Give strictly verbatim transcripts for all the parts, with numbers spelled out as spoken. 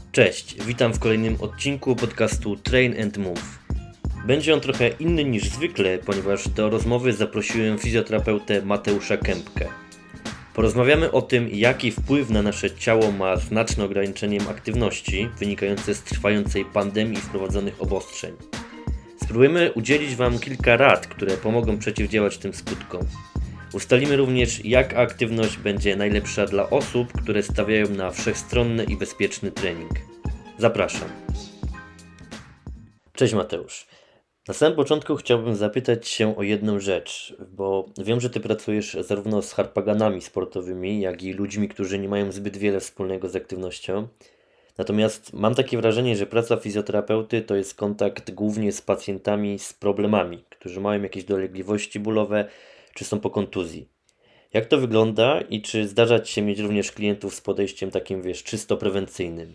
Cześć, witam w kolejnym odcinku podcastu Train and Move. Będzie on trochę inny niż zwykle, ponieważ do rozmowy zaprosiłem fizjoterapeutę Mateusza Kępkę. Porozmawiamy o tym, jaki wpływ na nasze ciało ma znaczne ograniczenie aktywności wynikające z trwającej pandemii i wprowadzonych obostrzeń. Spróbujemy udzielić Wam kilka rad, które pomogą przeciwdziałać tym skutkom. Ustalimy również, jak aktywność będzie najlepsza dla osób, które stawiają na wszechstronny i bezpieczny trening. Zapraszam. Cześć Mateusz. Na samym początku chciałbym zapytać się o jedną rzecz, bo wiem, że Ty pracujesz zarówno z harpaganami sportowymi, jak i ludźmi, którzy nie mają zbyt wiele wspólnego z aktywnością. Natomiast mam takie wrażenie, że praca fizjoterapeuty to jest kontakt głównie z pacjentami z problemami, którzy mają jakieś dolegliwości bólowe, czy są po kontuzji. Jak to wygląda i czy zdarza Ci się mieć również klientów z podejściem takim, wiesz, czysto prewencyjnym?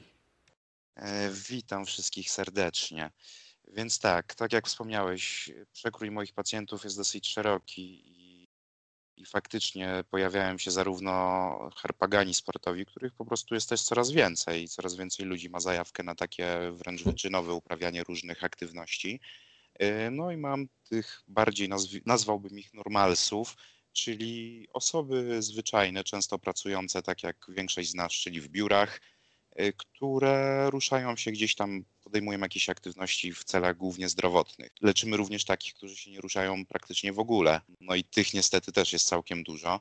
E, Witam wszystkich serdecznie. Więc tak, tak jak wspomniałeś, przekrój moich pacjentów jest dosyć szeroki i, i faktycznie pojawiają się zarówno harpagani sportowi, których po prostu jest też coraz więcej i coraz więcej ludzi ma zajawkę na takie wręcz wyczynowe uprawianie różnych aktywności. E, No i mam tych bardziej, nazwi- nazwałbym ich normalsów, czyli osoby zwyczajne, często pracujące tak jak większość z nas, czyli w biurach, y, które ruszają się gdzieś tam, podejmują jakieś aktywności w celach głównie zdrowotnych. Leczymy również takich, którzy się nie ruszają praktycznie w ogóle. No i tych niestety też jest całkiem dużo.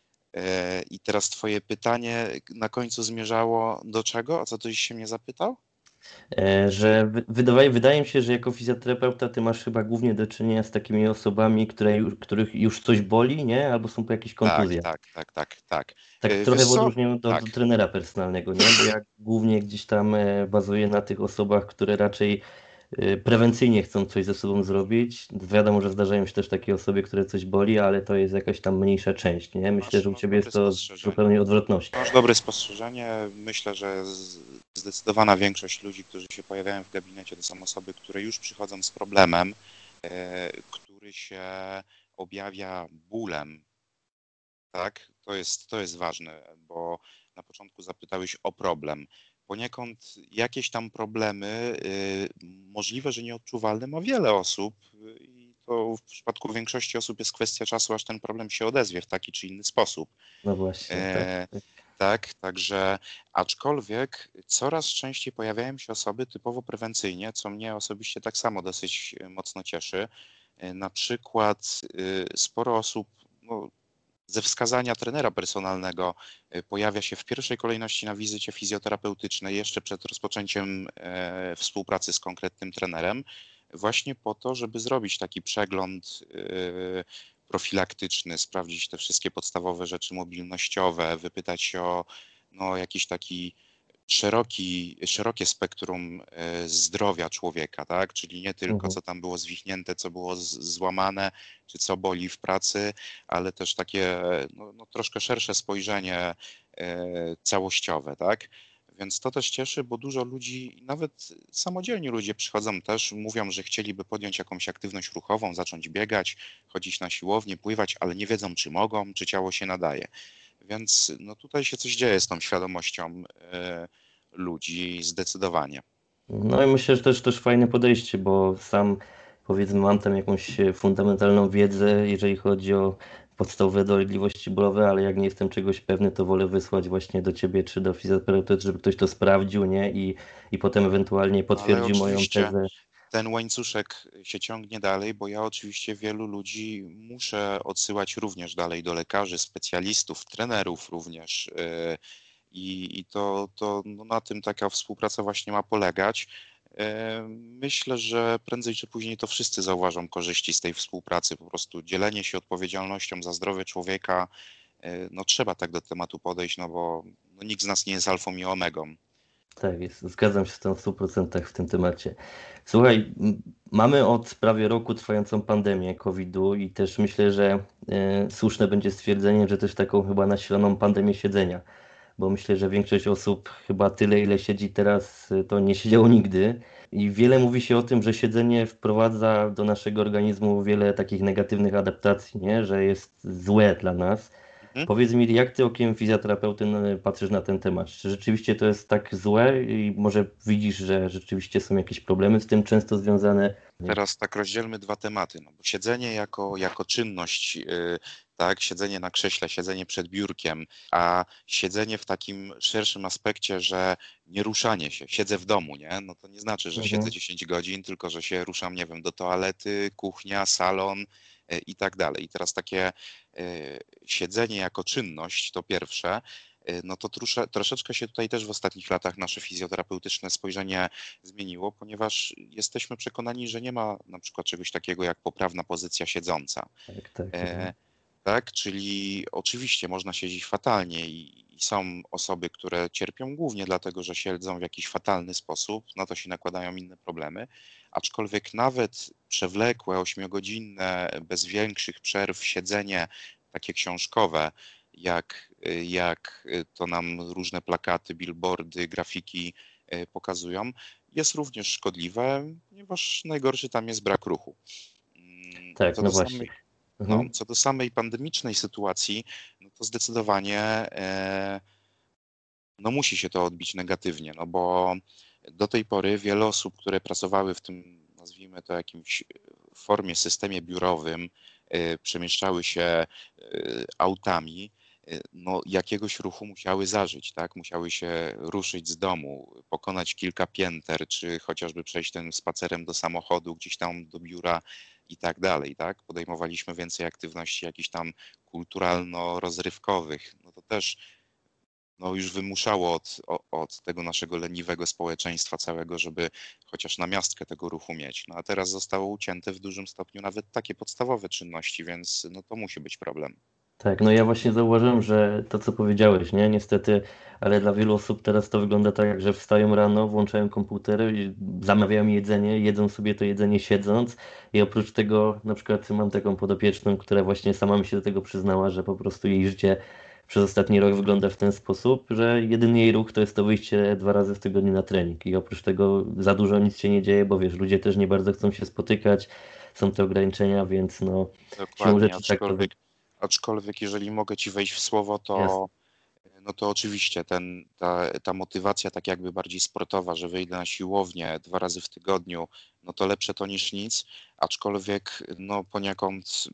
E, I teraz twoje pytanie na końcu zmierzało do czego? O co tyś się mnie zapytał? E, że wy- wydaje, wydaje mi się, że jako fizjoterapeuta ty masz chyba głównie do czynienia z takimi osobami, które już, których już coś boli, nie? Albo są po jakichś Tak, kontuzjach. tak, tak, tak, tak. Tak E, trochę Wiesz w co? odróżnieniu do, do Tak. trenera personalnego, nie? Bo ja głównie gdzieś tam e, bazuję na tych osobach, które raczej e, prewencyjnie chcą coś ze sobą zrobić. Wiadomo, że zdarzają się też takie osoby, które coś boli, ale to jest jakaś tam mniejsza część, nie? Myślę, Masz, że u masz ciebie dobre jest to spostrzeżenie. zupełnie odwrotność. Masz dobre spostrzeżenie. Myślę, że z- zdecydowana większość ludzi, którzy się pojawiają w gabinecie, to są osoby, które już przychodzą z problemem, e, który się objawia bólem, tak? To jest, to jest ważne, bo na początku zapytałeś o problem. Poniekąd jakieś tam problemy, y, możliwe, że nieodczuwalne, ma wiele osób y, i to w przypadku większości osób jest kwestia czasu, aż ten problem się odezwie w taki czy inny sposób. No właśnie, tak. E, tak, także aczkolwiek coraz częściej pojawiają się osoby typowo prewencyjnie, co mnie osobiście tak samo dosyć e, mocno cieszy. E, Na przykład e, sporo osób, no, ze wskazania trenera personalnego e, pojawia się w pierwszej kolejności na wizycie fizjoterapeutycznej jeszcze przed rozpoczęciem e, współpracy z konkretnym trenerem, właśnie po to, żeby zrobić taki przegląd e, profilaktyczny, sprawdzić te wszystkie podstawowe rzeczy mobilnościowe, wypytać się o no, jakiś taki szeroki, szerokie spektrum e, zdrowia człowieka, tak? Czyli nie tylko Mhm. co tam było zwichnięte, co było z- złamane, czy co boli w pracy, ale też takie no, no, troszkę szersze spojrzenie e, całościowe, tak? Więc to też cieszy, bo dużo ludzi, nawet samodzielni ludzie przychodzą też, mówią, że chcieliby podjąć jakąś aktywność ruchową, zacząć biegać, chodzić na siłownię, pływać, ale nie wiedzą, czy mogą, czy ciało się nadaje. Więc no tutaj się coś dzieje z tą świadomością e, ludzi zdecydowanie. No i myślę, że też też fajne podejście, bo sam powiedzmy mam tam jakąś e, fundamentalną wiedzę, jeżeli chodzi o podstawowe dolegliwości bólowe, ale jak nie jestem czegoś pewny, to wolę wysłać właśnie do ciebie czy do fizjoterapeuty, żeby ktoś to sprawdził, nie? I, i potem ewentualnie Ale potwierdził moją oczywiście tezę. ten łańcuszek się ciągnie dalej, bo ja oczywiście wielu ludzi muszę odsyłać również dalej do lekarzy, specjalistów, trenerów również. e, I, i to, to no na tym taka współpraca właśnie ma polegać. E, Myślę, że prędzej czy później to wszyscy zauważą korzyści z tej współpracy. Po prostu dzielenie się odpowiedzialnością za zdrowie człowieka, e, no trzeba tak do tematu podejść, no bo no nikt z nas nie jest alfą i omegą. Tak jest, zgadzam się z tą w stu procentach w tym temacie. Słuchaj, m- mamy od prawie roku trwającą pandemię kowida i też myślę, że e, słuszne będzie stwierdzenie, że też taką chyba nasiloną pandemię siedzenia, bo myślę, że większość osób chyba tyle, ile siedzi teraz, e, to nie siedziało nigdy. I wiele mówi się o tym, że siedzenie wprowadza do naszego organizmu wiele takich negatywnych adaptacji, nie? Że jest złe dla nas. Mhm. Powiedz mi, jak ty okiem fizjoterapeuty n- patrzysz na ten temat? Czy rzeczywiście to jest tak złe i może widzisz, że rzeczywiście są jakieś problemy z tym często związane? Teraz tak rozdzielmy dwa tematy, no bo siedzenie jako, jako czynność, yy, tak, siedzenie na krześle, siedzenie przed biurkiem, a siedzenie w takim szerszym aspekcie, że nie ruszanie się, siedzę w domu, nie? No to nie znaczy, że siedzę Mhm. dziesięć godzin, tylko że się ruszam, nie wiem, do toalety, kuchnia, salon yy, i tak dalej. I teraz takie yy, siedzenie jako czynność, to pierwsze, yy, no to trusze, troszeczkę się tutaj też w ostatnich latach nasze fizjoterapeutyczne spojrzenie zmieniło, ponieważ jesteśmy przekonani, że nie ma na przykład czegoś takiego jak poprawna pozycja siedząca. Tak, tak. E, Mhm. tak, czyli oczywiście można siedzieć fatalnie i, i są osoby, które cierpią głównie dlatego, że siedzą w jakiś fatalny sposób, na to się nakładają inne problemy, aczkolwiek nawet przewlekłe, ośmiogodzinne, bez większych przerw siedzenie takie książkowe, jak, jak to nam różne plakaty, billboardy, grafiki e, pokazują, jest również szkodliwe, ponieważ najgorszy tam jest brak ruchu. Mm, Tak, Co no do właśnie. samej no, Mhm. co do samej pandemicznej sytuacji, no to zdecydowanie e, no musi się to odbić negatywnie, no bo do tej pory wiele osób, które pracowały w tym, nazwijmy to jakimś formie, systemie biurowym, e, przemieszczały się e, autami, e, no jakiegoś ruchu musiały zażyć, tak? Musiały się ruszyć z domu, pokonać kilka pięter, czy chociażby przejść tym spacerem do samochodu, gdzieś tam do biura i tak dalej, tak? Podejmowaliśmy więcej aktywności jakichś tam kulturalno-rozrywkowych. No to też no, już wymuszało od, o- od tego naszego leniwego społeczeństwa całego, żeby chociaż namiastkę tego ruchu mieć. No a teraz zostało ucięte w dużym stopniu nawet takie podstawowe czynności, więc no to musi być problem. Tak, no ja właśnie zauważyłem, że to co powiedziałeś, nie? Niestety, ale dla wielu osób teraz to wygląda tak, że wstają rano, włączają komputer, i zamawiają jedzenie, jedzą sobie to jedzenie siedząc i oprócz tego na przykład mam taką podopieczną, która właśnie sama mi się do tego przyznała, że po prostu jej życie przez ostatni rok wygląda w ten sposób, że jedyny jej ruch to jest to wyjście dwa razy w tygodniu na trening i oprócz tego za dużo nic się nie dzieje, bo wiesz, ludzie też nie bardzo chcą się spotykać, są te ograniczenia, więc no siłą Dokładnie, rzeczy tak to aczkolwiek, wygląda. aczkolwiek jeżeli mogę ci wejść w słowo, to no to oczywiście ten, ta, ta motywacja tak jakby bardziej sportowa, że wyjdę na siłownię dwa razy w tygodniu, no to lepsze to niż nic, aczkolwiek no poniekąd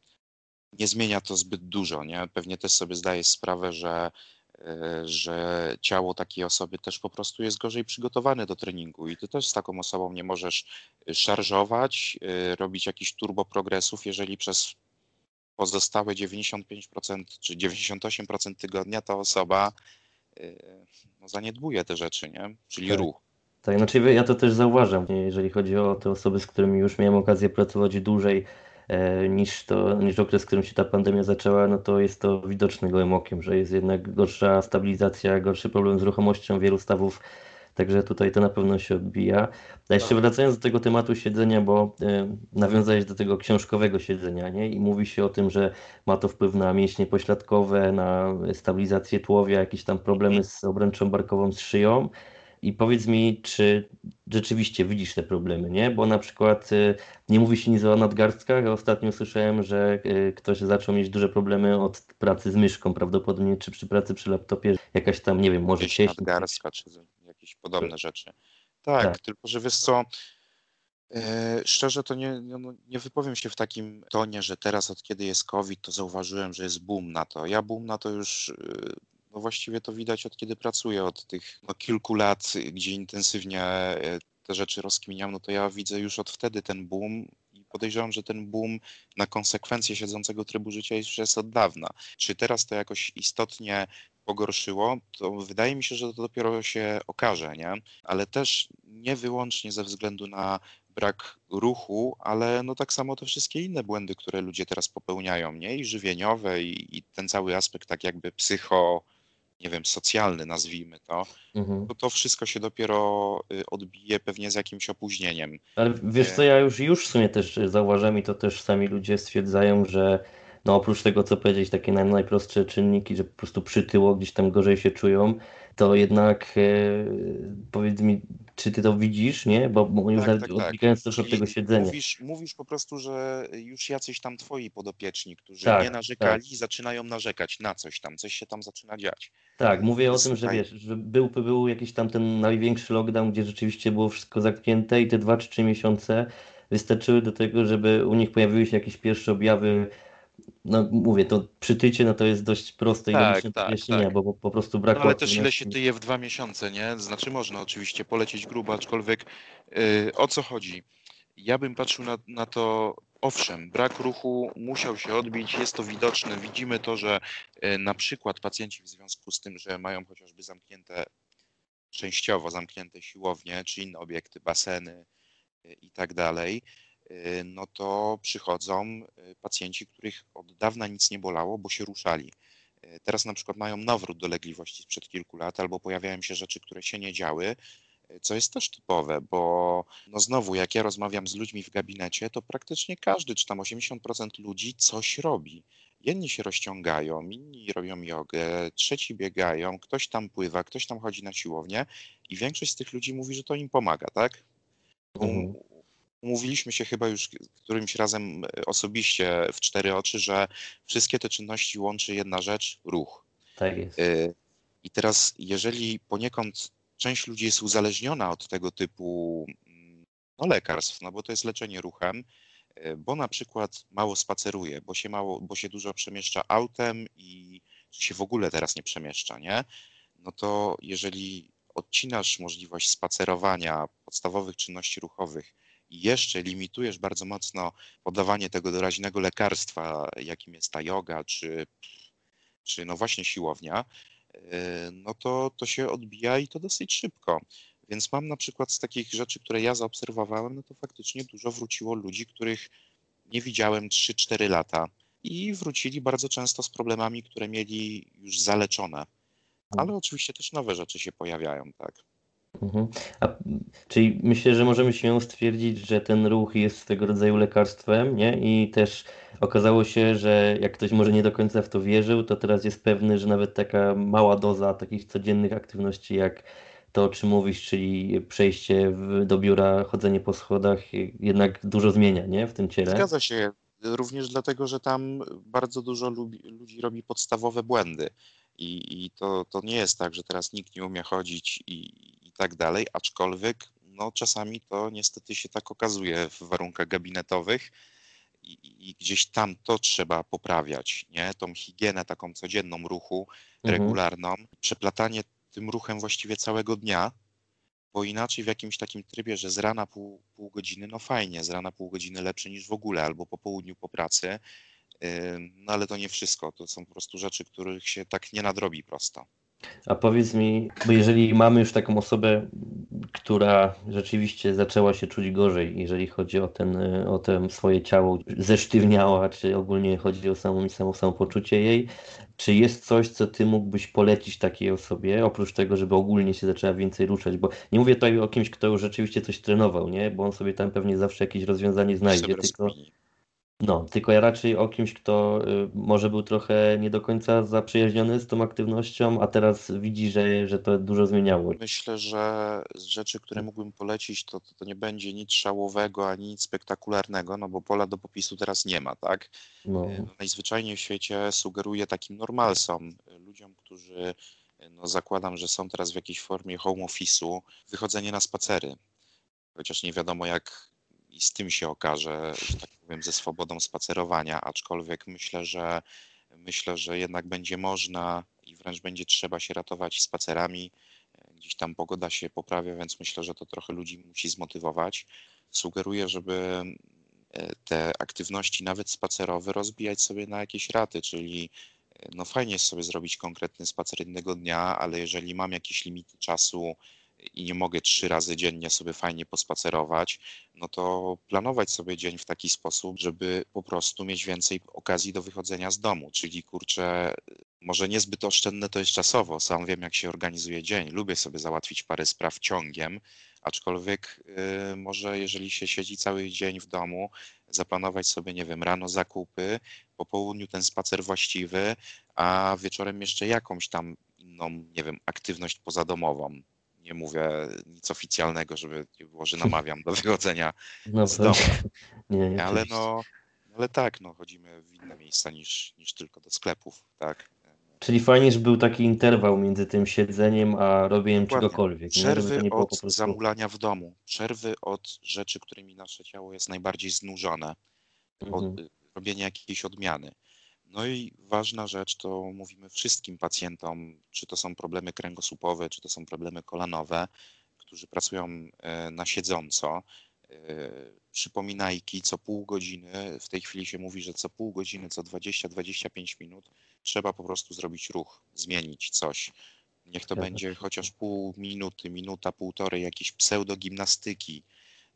nie zmienia to zbyt dużo, nie? Pewnie też sobie zdajesz sprawę, że, e, że ciało takiej osoby też po prostu jest gorzej przygotowane do treningu i ty też z taką osobą nie możesz e, szarżować, e, robić jakichś turbo progresów, jeżeli przez pozostałe dziewięćdziesiąt pięć procent czy dziewięćdziesiąt osiem procent tygodnia ta osoba e, no, zaniedbuje te rzeczy, nie? Czyli Tak. ruch. Tak, znaczy ja to też zauważam, jeżeli chodzi o te osoby, z którymi już miałem okazję pracować dłużej e, niż to, niż okres, w którym się ta pandemia zaczęła, no to jest to widoczne gołym okiem, że jest jednak gorsza stabilizacja, gorszy problem z ruchomością wielu stawów, także tutaj to na pewno się odbija. A jeszcze wracając do tego tematu siedzenia, bo e, nawiązałeś do tego książkowego siedzenia, nie? I mówi się o tym, że ma to wpływ na mięśnie pośladkowe, na stabilizację tułowia, jakieś tam problemy Mhm. z obręczą barkową, z szyją. I powiedz mi, czy rzeczywiście widzisz te problemy, nie? Bo na przykład y, nie mówi się nic o nadgarstkach, a ostatnio słyszałem, że y, ktoś zaczął mieć duże problemy od pracy z myszką, prawdopodobnie, czy przy pracy przy laptopie, jakaś tam, nie wiem, może Gdzieś cieśń. nadgarstka czy jakieś podobne rzeczy. Tak, Tak. tylko że wiesz co, E, szczerze to nie, nie, no, nie wypowiem się w takim tonie, że teraz od kiedy jest COVID, to zauważyłem, że jest boom na to. Ja boom na to już, e, no właściwie to widać od kiedy pracuję, od tych no, kilku lat, gdzie intensywnie e, te rzeczy rozkminiam, no to ja widzę już od wtedy ten boom i podejrzewam, że ten boom na konsekwencje siedzącego trybu życia już jest od dawna. Czy teraz to jakoś istotnie pogorszyło, to wydaje mi się, że to dopiero się okaże, nie? Ale też nie wyłącznie ze względu na brak ruchu, ale no tak samo te wszystkie inne błędy, które ludzie teraz popełniają, nie? I żywieniowe, i, i ten cały aspekt tak jakby psycho, nie wiem, socjalny, nazwijmy to, Mhm. to to wszystko się dopiero y, odbije pewnie z jakimś opóźnieniem. Ale wiesz co, E, ja już, już w sumie też zauważam i to też sami ludzie stwierdzają, że no oprócz tego, co powiedzieć, takie naj, najprostsze czynniki, że po prostu przytyło, gdzieś tam gorzej się czują, to jednak e, powiedz mi, czy ty to widzisz, nie? Bo, bo już Tak, nawet tak, tak. odbiegając też od Czyli tego siedzenia. mówisz, mówisz po prostu, że już jacyś tam twoi podopieczni, którzy nie Tak, tak. narzekali, zaczynają narzekać na coś tam, coś się tam zaczyna dziać. Tak, mówię o tym, że Słuchaj, wiesz, że był, był jakiś tam ten największy lockdown, gdzie rzeczywiście było wszystko zamknięte i te dwa czy trzy miesiące wystarczyły do tego, żeby u nich pojawiły się jakieś pierwsze objawy. No mówię, to przytycie, no to jest dość proste i tak, logiczne do tak, wyjaśnienia, tak. bo po, po prostu No brakło ale też ile się aktywności. tyje w dwa miesiące, nie? Znaczy można oczywiście polecieć grubo, aczkolwiek yy, o co chodzi? Ja bym patrzył na, na to, owszem, brak ruchu musiał się odbić, jest to widoczne. Widzimy to, że yy, na przykład pacjenci w związku z tym, że mają chociażby zamknięte, częściowo zamknięte siłownie czy inne obiekty, baseny yy, i tak dalej, yy, no to przychodzą yy, pacjenci, których od dawna nic nie bolało, bo się ruszali. Teraz na przykład mają nawrót dolegliwości sprzed kilku lat, albo pojawiają się rzeczy, które się nie działy, co jest też typowe, bo no znowu, jak ja rozmawiam z ludźmi w gabinecie, to praktycznie każdy, czy tam osiemdziesiąt procent ludzi coś robi. Jedni się rozciągają, inni robią jogę, trzeci biegają, ktoś tam pływa, ktoś tam chodzi na siłownię i większość z tych ludzi mówi, że to im pomaga, tak? Um, Mhm. Umówiliśmy się chyba już którymś razem osobiście w cztery oczy, że wszystkie te czynności łączy jedna rzecz, ruch. Tak jest. Y, I teraz, jeżeli poniekąd część ludzi jest uzależniona od tego typu mm, no, lekarstw, no bo to jest leczenie ruchem, y, bo na przykład mało spaceruje, bo się mało, bo się dużo przemieszcza autem i się w ogóle teraz nie przemieszcza, nie? No to jeżeli odcinasz możliwość spacerowania, podstawowych czynności ruchowych i jeszcze limitujesz bardzo mocno podawanie tego doraźnego lekarstwa, jakim jest ta joga, czy, czy no właśnie siłownia, yy, no to to się odbija i to dosyć szybko. Więc mam na przykład z takich rzeczy, które ja zaobserwowałem, no to faktycznie dużo wróciło ludzi, których nie widziałem trzy cztery lata i wrócili bardzo często z problemami, które mieli już zaleczone. Ale oczywiście też nowe rzeczy się pojawiają, tak. Mhm. A, czyli myślę, że możemy się stwierdzić, że ten ruch jest swego rodzaju lekarstwem, nie? I też okazało się, że jak ktoś może nie do końca w to wierzył, to teraz jest pewny, że nawet taka mała doza takich codziennych aktywności, jak to, o czym mówisz, czyli przejście w, do biura, chodzenie po schodach, jednak dużo zmienia, nie? W tym ciele. Zgadza się. Również dlatego, że tam bardzo dużo lubi, ludzi robi podstawowe błędy. I, i to, to nie jest tak, że teraz nikt nie umie chodzić i, i tak dalej, aczkolwiek no, czasami to niestety się tak okazuje w warunkach gabinetowych i, i gdzieś tam to trzeba poprawiać, nie? Tą higienę taką codzienną ruchu, Mhm. regularną, przeplatanie tym ruchem właściwie całego dnia, bo inaczej w jakimś takim trybie, że z rana pół, pół godziny, no fajnie, z rana pół godziny lepsze niż w ogóle, albo po południu po pracy, ym, no ale to nie wszystko, to są po prostu rzeczy, których się tak nie nadrobi prosto. A powiedz mi, bo jeżeli mamy już taką osobę, która rzeczywiście zaczęła się czuć gorzej, jeżeli chodzi o ten, y, o to swoje ciało, zesztywniała, czy ogólnie chodzi o samo, samo samopoczucie jej, czy jest coś, co ty mógłbyś polecić takiej osobie, oprócz tego, żeby ogólnie się zaczęła więcej ruszać, bo nie mówię tutaj o kimś, kto już rzeczywiście coś trenował, nie, bo on sobie tam pewnie zawsze jakieś rozwiązanie Już znajdzie, sobie tylko rozkmini. no, tylko ja raczej o kimś, kto y, może był trochę nie do końca zaprzyjaźniony z tą aktywnością, a teraz widzi, że, że to dużo zmieniało. Myślę, że z rzeczy, które mógłbym polecić, to, to, to nie będzie nic szałowego ani nic spektakularnego, no bo pola do popisu teraz nie ma, tak? Y, No, No, najzwyczajniej w świecie sugeruję takim normalsom, y, ludziom, którzy, y, no zakładam, że są teraz w jakiejś formie home office'u, wychodzenie na spacery. Chociaż nie wiadomo, jak i z tym się okaże, że tak powiem, ze swobodą spacerowania, aczkolwiek myślę, że myślę, że jednak będzie można i wręcz będzie trzeba się ratować spacerami. Gdzieś tam pogoda się poprawia, więc myślę, że to trochę ludzi musi zmotywować. Sugeruję, żeby e, te aktywności, nawet spacerowe, rozbijać sobie na jakieś raty, czyli e, no fajnie jest sobie zrobić konkretny spacer jednego dnia, ale jeżeli mam jakieś limity czasu i nie mogę trzy razy dziennie sobie fajnie pospacerować, no to planować sobie dzień w taki sposób, żeby po prostu mieć więcej okazji do wychodzenia z domu. Czyli kurczę, może niezbyt oszczędne to jest czasowo. Sam wiem, jak się organizuje dzień. Lubię sobie załatwić parę spraw ciągiem, aczkolwiek yy, może jeżeli się siedzi cały dzień w domu, zaplanować sobie, nie wiem, rano zakupy, po południu ten spacer właściwy, a wieczorem jeszcze jakąś tam inną, nie wiem, aktywność pozadomową. Nie mówię nic oficjalnego, żeby nie było, że namawiam do wychodzenia No z domu. pewnie. Nie, nie, Ale oczywiście. no, ale tak, no, chodzimy w inne miejsca niż, niż tylko do sklepów, tak. Czyli fajnie, że był taki interwał między tym siedzeniem a robieniem Dokładnie. czegokolwiek, nie? Żeby to Przerwy nie było po od prostu. zamulania w domu, przerwy od rzeczy, którymi nasze ciało jest najbardziej znużone, od Mhm. y, robienia jakiejś odmiany. No i ważna rzecz, to mówimy wszystkim pacjentom, czy to są problemy kręgosłupowe, czy to są problemy kolanowe, którzy pracują e, na siedząco. e, Przypominajki co pół godziny, w tej chwili się mówi, że co pół godziny, co dwadzieścia do dwudziestu pięciu minut trzeba po prostu zrobić ruch, zmienić coś. Niech to Zgadza będzie się. chociaż pół minuty, minuta, półtorej, jakieś pseudogimnastyki.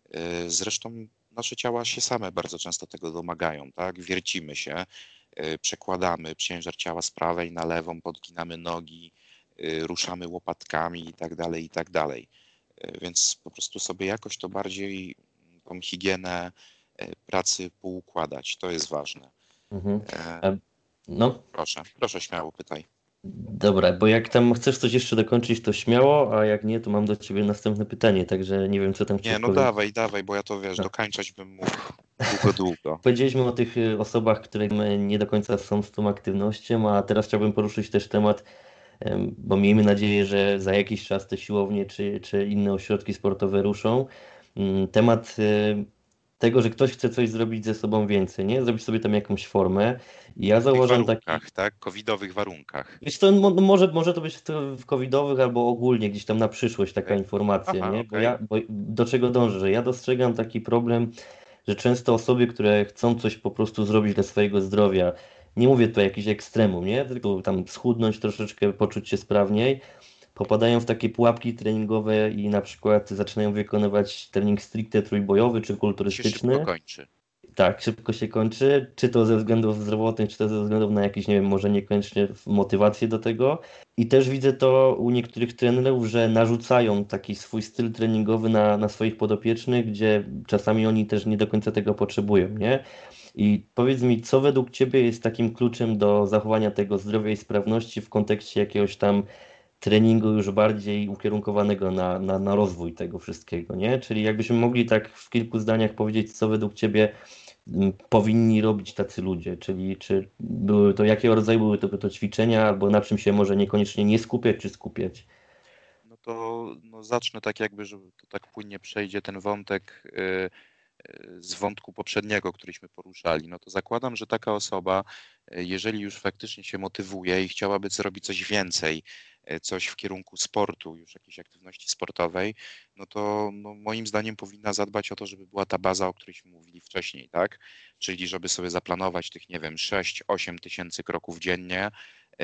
E, Zresztą nasze ciała się same bardzo często tego domagają, tak? Wiercimy się, e, przekładamy ciężar ciała z prawej na lewą, podginamy nogi, e, ruszamy łopatkami i tak dalej, i tak dalej. E, Więc po prostu sobie jakoś to bardziej tą higienę e, pracy poukładać. To jest ważne. Mhm. E, A, no, Proszę, proszę śmiało pytaj. dobra, bo jak tam chcesz coś jeszcze dokończyć, to śmiało, a jak nie, to mam do ciebie następne pytanie, także nie wiem, co tam Nie, chciałeś no powiedzieć. dawaj, dawaj, bo ja to wiesz, No. dokańczać bym mógł długo, długo. Powiedzieliśmy o tych y, osobach, które m, nie do końca są z tą aktywnością, a teraz chciałbym poruszyć też temat, em, bo miejmy nadzieję, że za jakiś czas te siłownie czy, czy inne ośrodki sportowe ruszą. Mm, Temat y, tego, że ktoś chce coś zrobić ze sobą więcej, nie? Zrobić sobie tam jakąś formę. I ja W tych zauważam taki. warunkach, tak? Covidowych warunkach. Wiesz co, mo- no może, może to być w, w covidowych albo ogólnie gdzieś tam na przyszłość taka Okej. informacja, Aha, nie? Bo okej. ja, bo do czego dążę, że ja dostrzegam taki problem, że często osoby, które chcą coś po prostu zrobić dla swojego zdrowia, nie mówię tu o jakiś ekstremum, nie? Tylko tam schudnąć troszeczkę, poczuć się sprawniej, popadają w takie pułapki treningowe i na przykład zaczynają wykonywać trening stricte trójbojowy czy I się szybko kulturystyczny. kończy. Tak, szybko się kończy, czy to ze względów zdrowotnych, czy to ze względów na jakieś, nie wiem, może niekoniecznie motywację do tego. I też widzę to u niektórych trenerów, że narzucają taki swój styl treningowy na, na swoich podopiecznych, gdzie czasami oni też nie do końca tego potrzebują, nie? I powiedz mi, co według Ciebie jest takim kluczem do zachowania tego zdrowia i sprawności w kontekście jakiegoś tam treningu już bardziej ukierunkowanego na, na, na rozwój tego wszystkiego, nie? Czyli jakbyśmy mogli tak w kilku zdaniach powiedzieć, co według Ciebie m, powinni robić tacy ludzie, czyli czy były to, jakiego rodzaju były to, to ćwiczenia, albo na czym się może niekoniecznie nie skupiać, czy skupiać. No to no zacznę tak jakby, żeby to tak płynnie przejdzie ten wątek y, y, z wątku poprzedniego, któryśmy poruszali. No to zakładam, że taka osoba, y, jeżeli już faktycznie się motywuje i chciałaby zrobić coś więcej, y, coś w kierunku sportu, już jakiejś aktywności sportowej, no to no moim zdaniem powinna zadbać o to, żeby była ta baza, o którejśmy mówili wcześniej, tak? Czyli żeby sobie zaplanować tych, nie wiem, sześć osiem tysięcy kroków dziennie, y,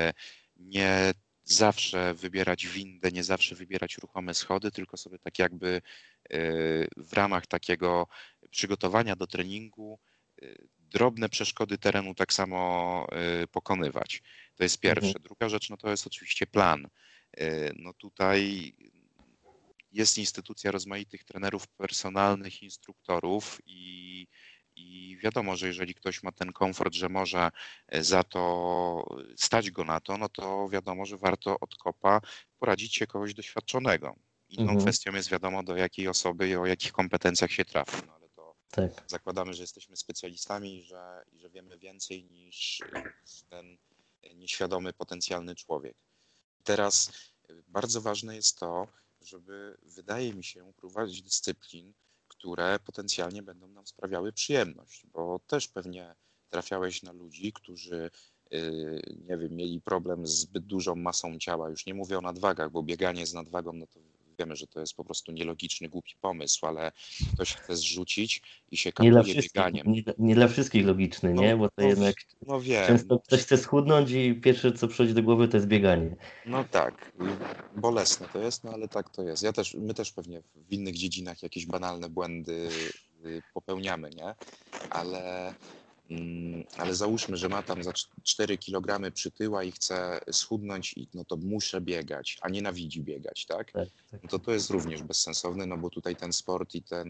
nie zawsze wybierać windę, nie zawsze wybierać ruchome schody, tylko sobie tak jakby e, w ramach takiego przygotowania do treningu e, drobne przeszkody terenu tak samo e, pokonywać. To jest Mhm, pierwsze. Druga rzecz, no to jest oczywiście plan. E, No tutaj jest instytucja rozmaitych trenerów personalnych, instruktorów i, i wiadomo, że jeżeli ktoś ma ten komfort, że może e, za to stać go na to, no to wiadomo, że warto od kopa poradzić się kogoś doświadczonego. Inną mhm, kwestią jest wiadomo, do jakiej osoby i o jakich kompetencjach się trafi, no ale to tak. zakładamy, że jesteśmy specjalistami i że, i że wiemy więcej niż niż ten nieświadomy potencjalny człowiek. Teraz y, bardzo ważne jest to, żeby, wydaje mi się, prowadzić dyscyplin, które potencjalnie będą nam sprawiały przyjemność, bo też pewnie trafiałeś na ludzi, którzy, y, nie wiem, mieli problem z zbyt dużą masą ciała. Już nie mówię o nadwagach, bo bieganie z nadwagą, no to wiemy, że to jest po prostu nielogiczny, głupi pomysł, ale ktoś chce zrzucić i się Nie dla katuje wszystkich, bieganiem. nie, nie dla wszystkich logiczny, No, nie? Bo to no, w- jednak no wiem, często ktoś chce schudnąć i pierwsze co przychodzi do głowy to jest bieganie. no tak, i bolesne to jest, no ale tak to jest. Ja też, my też pewnie w innych dziedzinach jakieś banalne błędy y, popełniamy, nie? Ale, mm, ale załóżmy, że ma tam za cz- cztery kilogramy przytyła i chce schudnąć i no to muszę biegać, a nienawidzi biegać, tak? Tak, tak. No to to jest również bezsensowne, no bo tutaj ten sport i ten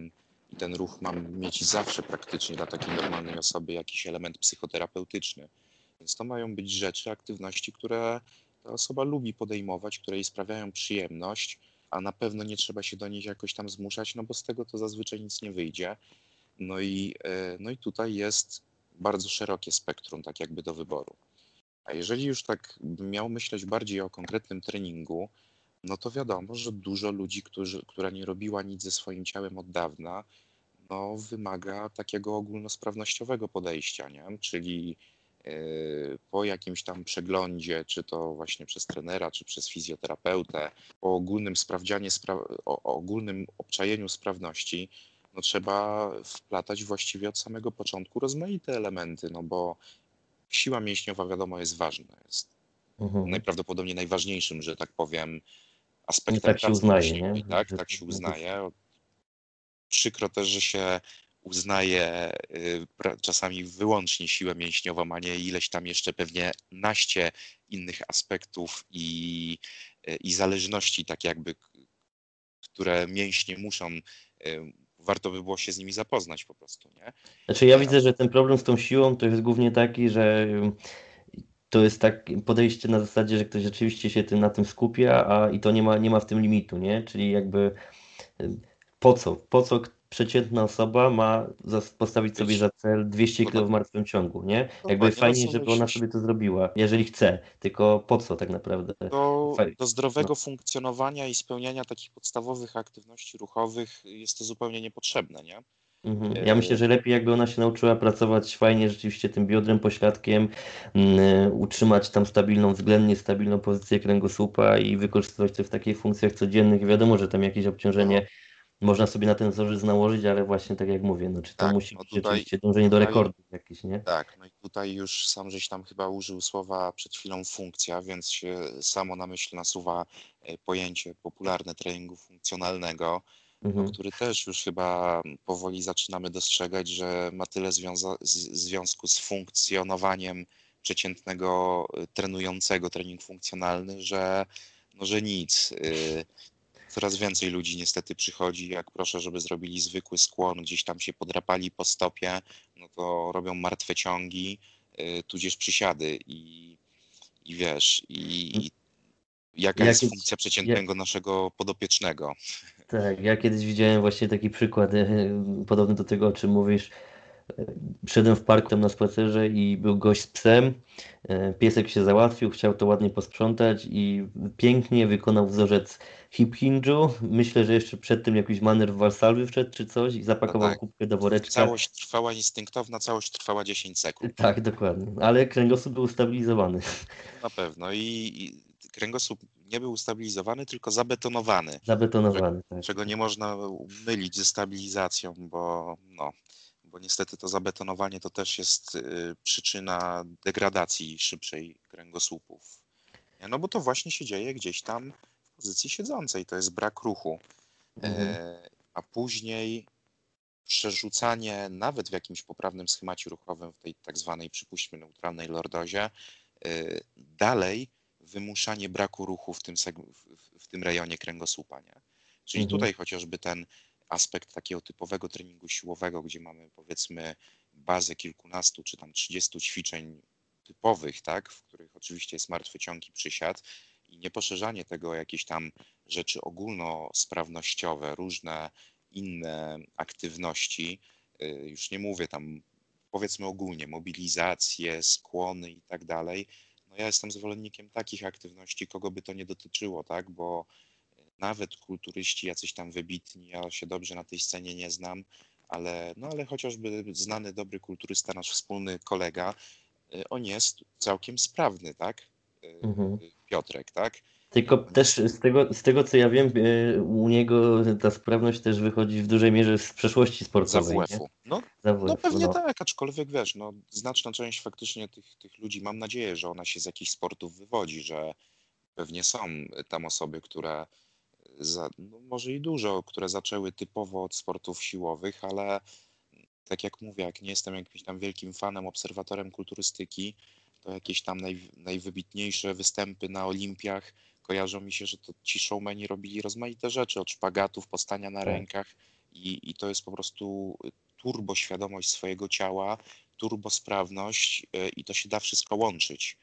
i ten ruch ma mieć zawsze praktycznie dla takiej normalnej osoby jakiś element psychoterapeutyczny. Więc to mają być rzeczy, aktywności, które ta osoba lubi podejmować, które jej sprawiają przyjemność, a na pewno nie trzeba się do nich jakoś tam zmuszać, no bo z tego to zazwyczaj nic nie wyjdzie. No i, no i tutaj jest bardzo szerokie spektrum tak jakby do wyboru. A jeżeli już tak bym miał myśleć bardziej o konkretnym treningu, no to wiadomo, że dużo ludzi, którzy, która nie robiła nic ze swoim ciałem od dawna, no wymaga takiego ogólnosprawnościowego podejścia, nie? Czyli yy, po jakimś tam przeglądzie, czy to właśnie przez trenera, czy przez fizjoterapeutę, po ogólnym sprawdzianie, spra- o, o ogólnym obczajeniu sprawności, no trzeba wplatać właściwie od samego początku rozmaite elementy, no bo siła mięśniowa wiadomo jest ważna, jest Mhm. najprawdopodobniej najważniejszym, że tak powiem, No aspektem tak się pracy uznaje, nie? mięśniowej, tak? Że Tak się no to jest- uznaje. Przykro też, że się uznaje y, pra- czasami wyłącznie siłę mięśniową, a nie ileś tam jeszcze pewnie naście innych aspektów i, y, i zależności, tak jakby, k- które mięśnie muszą, y, warto by było się z nimi zapoznać po prostu, nie? Znaczy ja E, A widzę, że ten problem z tą siłą to jest głównie taki, że to jest tak podejście na zasadzie, że ktoś rzeczywiście się tym, na tym skupia, a i to nie ma, nie ma w tym limitu, nie? Czyli jakby y, po co? Po co k- przeciętna osoba ma zas- postawić sobie być za cel dwieście to na, kilo w martwym ciągu, nie? Jakby dokładnie, no fajnie, co żeby ona myślisz? sobie to zrobiła, jeżeli chce, tylko po co tak naprawdę? Do, Faj- do No. zdrowego funkcjonowania i spełniania takich podstawowych aktywności ruchowych jest to zupełnie niepotrzebne, nie? Mhm. Ja myślę, E, że lepiej jakby ona się nauczyła pracować fajnie rzeczywiście tym biodrem, pośladkiem, mm, utrzymać tam stabilną, względnie stabilną pozycję kręgosłupa i wykorzystywać to w takich funkcjach codziennych. Wiadomo, że tam jakieś No obciążenie można sobie na ten wzorzec nałożyć, ale właśnie tak jak mówię, no czy to tak, musi no być tutaj, rzeczywiście dążenie do tutaj rekordu jakiś, nie? tak, no i tutaj już sam żeś tam chyba użył słowa przed chwilą funkcja, więc się samo na myśl nasuwa e, pojęcie popularne treningu funkcjonalnego, no, Mhm. który też już chyba powoli zaczynamy dostrzegać, że ma tyle związa- z- związku z funkcjonowaniem przeciętnego e, trenującego trening funkcjonalny, że, no, że nic. Y, Coraz więcej ludzi niestety przychodzi, jak proszę, żeby zrobili zwykły skłon, gdzieś tam się podrapali po stopie, no to robią martwe ciągi, y, tudzież przysiady i, i wiesz, i, i jaka Ja jest kiedyś, funkcja ja, przeciętnego naszego podopiecznego. tak, ja kiedyś widziałem właśnie taki przykład e, podobny do tego, o czym mówisz. Szedłem w parku tam na spacerze i był gość z psem. E, Piesek się załatwił, chciał to ładnie posprzątać i pięknie wykonał wzorzec hip hinge'u. Myślę, że jeszcze przed tym jakiś maner w Walsalwy wszedł czy coś i No zapakował tak, kubkę do woreczka. całość trwała instynktowna, całość trwała dziesięć sekund. Tak, dokładnie. Ale kręgosłup był ustabilizowany. No na pewno i, i kręgosłup nie był ustabilizowany, tylko zabetonowany, czego, Zabetonowany, tak. czego nie można mylić ze stabilizacją, bo no, bo niestety to zabetonowanie to też jest y, przyczyna degradacji szybszej kręgosłupów. Nie? No bo to właśnie się dzieje gdzieś tam w pozycji siedzącej, to jest brak ruchu. Mhm. E, a później przerzucanie nawet w jakimś poprawnym schemacie ruchowym, w tej tak zwanej, przypuśćmy, neutralnej lordozie, y, dalej wymuszanie braku ruchu w tym, seg- w, w tym rejonie kręgosłupa, nie? Czyli Mhm. tutaj chociażby ten aspekt takiego typowego treningu siłowego, gdzie mamy powiedzmy bazę kilkunastu czy tam trzydziestu ćwiczeń typowych, tak, w których oczywiście jest martwy ciąg i przysiad i nie poszerzanie tego o jakieś tam rzeczy ogólnosprawnościowe, różne inne aktywności, y, już nie mówię tam powiedzmy ogólnie, mobilizacje, skłony i tak dalej. No ja jestem zwolennikiem takich aktywności, kogo by to nie dotyczyło, tak, bo nawet kulturyści jacyś tam wybitni, ja się dobrze na tej scenie nie znam, ale, no ale chociażby znany dobry kulturysta, nasz wspólny kolega, y, on jest całkiem sprawny, tak? Y, Mhm. Piotrek, tak? Tylko I on też jest z tego, z tego co ja wiem, e, u niego ta sprawność też wychodzi w dużej mierze z przeszłości z sportowej, nie? A W F-u. No, Z no A W F-u, pewnie no. tak, aczkolwiek wiesz, no, znaczna część faktycznie tych, tych ludzi, mam nadzieję, że ona się z jakichś sportów wywodzi, że pewnie są tam osoby, które za, no może i dużo, które zaczęły typowo od sportów siłowych, ale tak jak mówię, jak nie jestem jakimś tam wielkim fanem, obserwatorem kulturystyki, to jakieś tam naj, najwybitniejsze występy na Olimpiach kojarzą mi się, że to ci showmeni robili rozmaite rzeczy, od szpagatów, postania na Tak. rękach I, i to jest po prostu turbo świadomość swojego ciała, turbosprawność y, i to się da wszystko łączyć.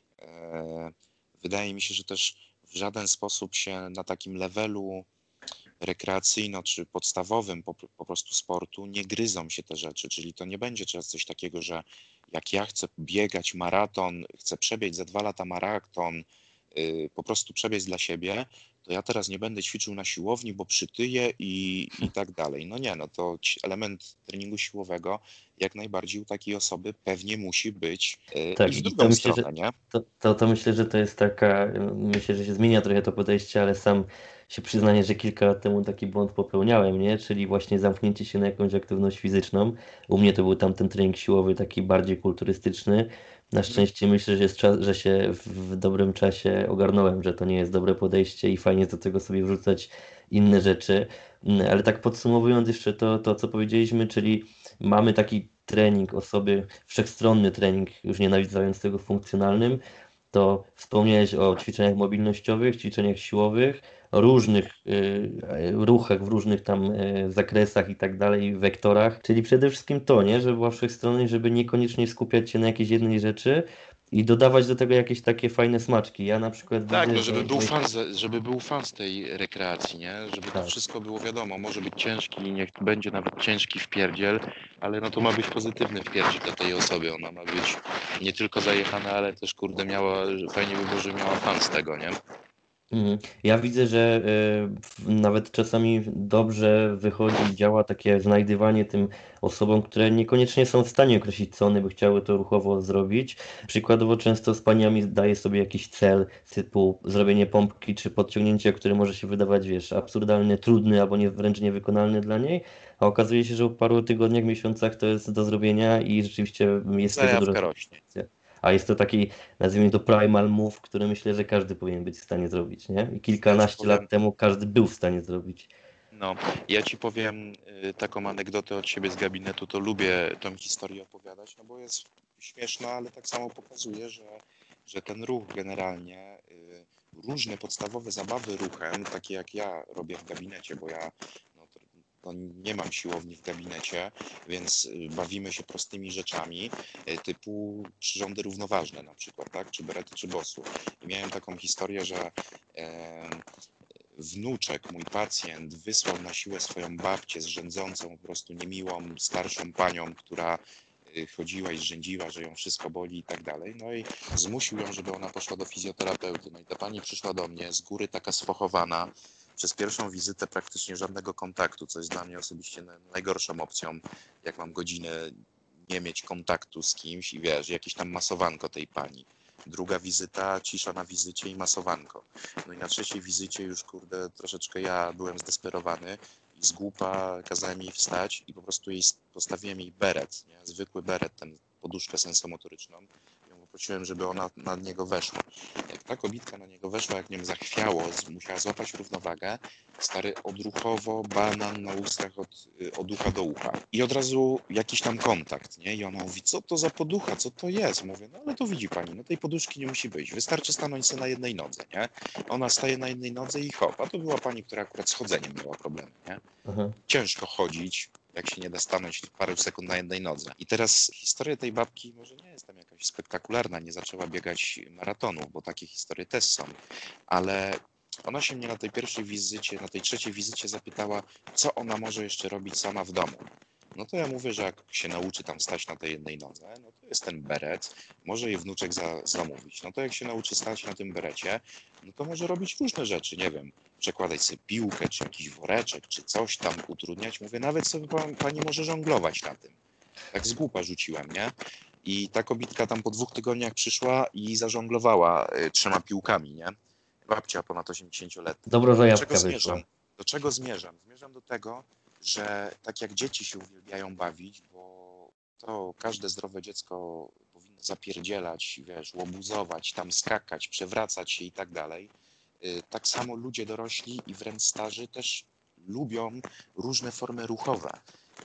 E, Wydaje mi się, że też w żaden sposób się na takim levelu rekreacyjno czy podstawowym po, po prostu sportu nie gryzą się te rzeczy, czyli to nie będzie teraz coś takiego, że jak ja chcę biegać maraton, chcę przebiec za dwa lata maraton, yy, po prostu przebiec dla siebie, to ja teraz nie będę ćwiczył na siłowni, bo przytyję i, i tak dalej. No nie, no to ci- element treningu siłowego jak najbardziej u takiej osoby pewnie musi być yy, i Tak, w i to drugą myślę, że stronę, nie? to, to, to myślę, że to jest taka, myślę, że się zmienia trochę to podejście, ale sam się przyznaję, że kilka lat temu taki błąd popełniałem, nie? Czyli właśnie zamknięcie się na jakąś aktywność fizyczną. U mnie to był tamten trening siłowy, taki bardziej kulturystyczny. Na Mhm. szczęście myślę, że, jest czas, że się w, w dobrym czasie ogarnąłem, że to nie jest dobre podejście i fajnie jest do tego sobie wrzucać inne rzeczy. Mm, Ale tak podsumowując jeszcze to, to co powiedzieliśmy, czyli mamy taki trening osoby, wszechstronny trening, już nie nazywając tego funkcjonalnym, to wspomniałeś o ćwiczeniach mobilnościowych, ćwiczeniach siłowych, o różnych y, ruchach w różnych tam y, zakresach i tak dalej, wektorach, czyli przede wszystkim to, nie, żeby była wszechstronność, żeby niekoniecznie skupiać się na jakiejś jednej rzeczy i dodawać do tego jakieś takie fajne smaczki. Ja na przykład Tak, widzę, no że żeby był moich... fan, z- żeby był fan z tej rekreacji, nie? Żeby to Tak. wszystko było wiadomo, może być ciężki, niech będzie nawet ciężki wpierdziel, ale no to ma być pozytywny wpierdziel dla tej osoby, ona ma być nie tylko zajechana, ale też kurde miała, fajnie by było, że miała fan z tego, nie? Mhm. Ja widzę, że y, w- nawet czasami dobrze wychodzi i działa takie znajdywanie tym osobom, które niekoniecznie są w stanie określić, co one by chciały to ruchowo zrobić. Przykładowo często z paniami daje sobie jakiś cel typu zrobienie pompki czy podciągnięcia, które może się wydawać, wiesz, absurdalnie trudny albo nie, wręcz niewykonalny dla niej, a okazuje się, że po paru tygodniach, miesiącach to jest do zrobienia i rzeczywiście jest z tego duża Zajawka rośnie. satysfakcja. A jest to taki, nazwijmy to primal move, który myślę, że każdy powinien być w stanie zrobić, nie? I Ja ci kilkanaście powiem, lat temu każdy był w stanie zrobić. no, ja ci powiem y, taką anegdotę od siebie z gabinetu, to lubię tą historię opowiadać, no bo jest śmieszna, ale tak samo pokazuje, że, że ten ruch generalnie, y, różne podstawowe zabawy ruchem, takie jak ja robię w gabinecie, bo ja no, to, to nie mam siłowni w gabinecie, więc y, bawimy się prostymi rzeczami, y, typu przyrządy równoważne na przykład, tak, czy berety, czy bosu. I miałem taką historię, że em, wnuczek, mój pacjent, wysłał na siłę swoją babcię zrzędzącą, po prostu niemiłą, starszą panią, która y, chodziła i zrzędziła, że ją wszystko boli i tak dalej. No i zmusił ją, żeby ona poszła do fizjoterapeuty. No i ta pani przyszła do mnie z góry taka sfochowana. Przez pierwszą wizytę praktycznie żadnego kontaktu, co jest dla mnie osobiście na- najgorszą opcją, jak mam godzinę nie mieć kontaktu z kimś i wiesz, jakieś tam masowanko tej pani. Druga wizyta, cisza na wizycie i masowanko. No i na trzeciej wizycie już, kurde, troszeczkę ja byłem zdesperowany i z głupa kazałem jej wstać i po prostu jej postawiłem jej beret, nie? Zwykły beret, ten poduszkę sensomotoryczną. Ją poprosiłem, żeby ona na niego weszła. Jak ta kobitka na niego weszła, jak nią zachwiało, z- musiała złapać równowagę, stary odruchowo banan na ustach od, y, od ucha do ucha. I od razu jakiś tam kontakt, nie? I ona mówi, co to za poducha, co to jest? Mówię, no ale to widzi pani, no tej poduszki nie musi być. Wystarczy stanąć sobie na jednej nodze, nie? Ona staje na jednej nodze i hop. A to była pani, która akurat z chodzeniem miała problemy, nie? Aha. Ciężko chodzić, jak się nie da stanąć parę sekund na jednej nodze. I teraz historia tej babki może nie jest tam jakaś spektakularna, nie zaczęła biegać maratonu, bo takie historie też są, ale ona się mnie na tej pierwszej wizycie, na tej trzeciej wizycie zapytała, co ona może jeszcze robić sama w domu. No to ja mówię, że jak się nauczy tam stać na tej jednej nodze, no to jest ten beret, może jej wnuczek za, zamówić. No to jak się nauczy stać na tym berecie, no to może robić różne rzeczy, nie wiem, przekładać sobie piłkę, czy jakiś woreczek, czy coś tam utrudniać. Mówię, nawet sobie pan, pani może żonglować na tym. Tak z głupa rzuciłem, nie? I ta kobitka tam po dwóch tygodniach przyszła i zażonglowała y, trzema piłkami, nie? Babcia ponad osiemdziesięcioletnia. Dobro, że Do czego jabłka zmierzam? wyszła. Do czego zmierzam? Zmierzam do tego, że tak jak dzieci się uwielbiają bawić, bo to każde zdrowe dziecko powinno zapierdzielać, wiesz, łobuzować, tam skakać, przewracać się i tak dalej. Y, Tak samo ludzie dorośli i wręcz starzy też lubią różne formy ruchowe.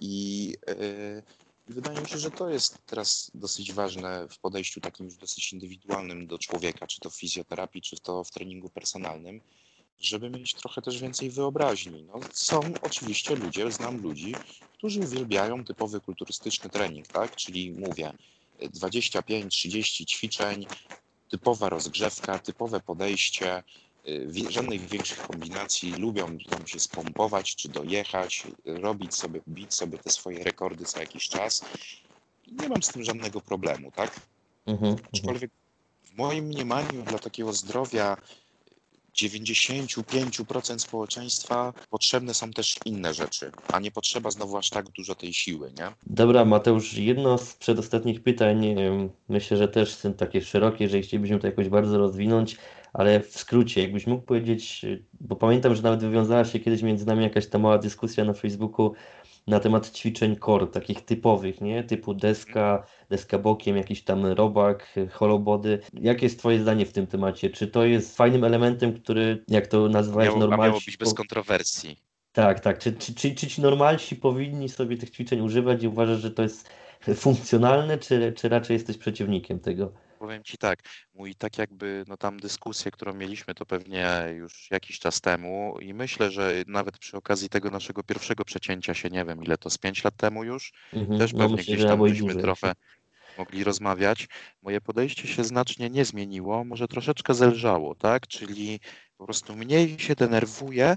I y, i wydaje mi się, że to jest teraz dosyć ważne w podejściu takim już dosyć indywidualnym do człowieka, czy to w fizjoterapii, czy to w treningu personalnym, żeby mieć trochę też więcej wyobraźni. No, są oczywiście ludzie, znam ludzi, którzy uwielbiają typowy kulturystyczny trening, tak? Czyli mówię, dwadzieścia pięć trzydzieści ćwiczeń, typowa rozgrzewka, typowe podejście, y, żadnych większych kombinacji, lubią tam się spompować czy dojechać, robić sobie, bić sobie te swoje rekordy co jakiś czas. I nie mam z tym żadnego problemu, tak? Mhm, mhm. Aczkolwiek w moim mniemaniu dla takiego zdrowia dziewięćdziesiąt pięć procent społeczeństwa potrzebne są też inne rzeczy, a nie potrzeba znowu aż tak dużo tej siły, nie? Dobra, Mateusz, jedno z przedostatnich pytań, em, myślę, że też są takie szerokie, jeżeli chcielibyśmy to jakoś bardzo rozwinąć, ale w skrócie, jakbyś mógł powiedzieć, y, bo pamiętam, że nawet wywiązała się kiedyś między nami jakaś ta mała dyskusja na Facebooku na temat ćwiczeń core, takich typowych, nie? Typu deska, deska bokiem, jakiś tam robak, y, holobody. Jakie jest Twoje zdanie w tym temacie? Czy to jest fajnym elementem, który, jak to A nazywałeś, miało, a miało normalsi? być bez kontrowersji. Tak, tak. Czy, czy, czy, czy ci normalsi powinni sobie tych ćwiczeń używać i uważasz, że to jest funkcjonalne, czy, czy raczej jesteś przeciwnikiem tego? Powiem ci tak, mój tak jakby, no tam dyskusję, którą mieliśmy, to pewnie już jakiś czas temu i myślę, że nawet przy okazji tego naszego pierwszego przecięcia się, nie wiem ile to, z pięć lat temu już, Mhm. też No pewnie myślę, gdzieś że tam albo i byśmy dłużej. trochę mogli rozmawiać. Moje podejście się znacznie nie zmieniło, może troszeczkę zelżało, tak? Czyli po prostu mniej się denerwuję,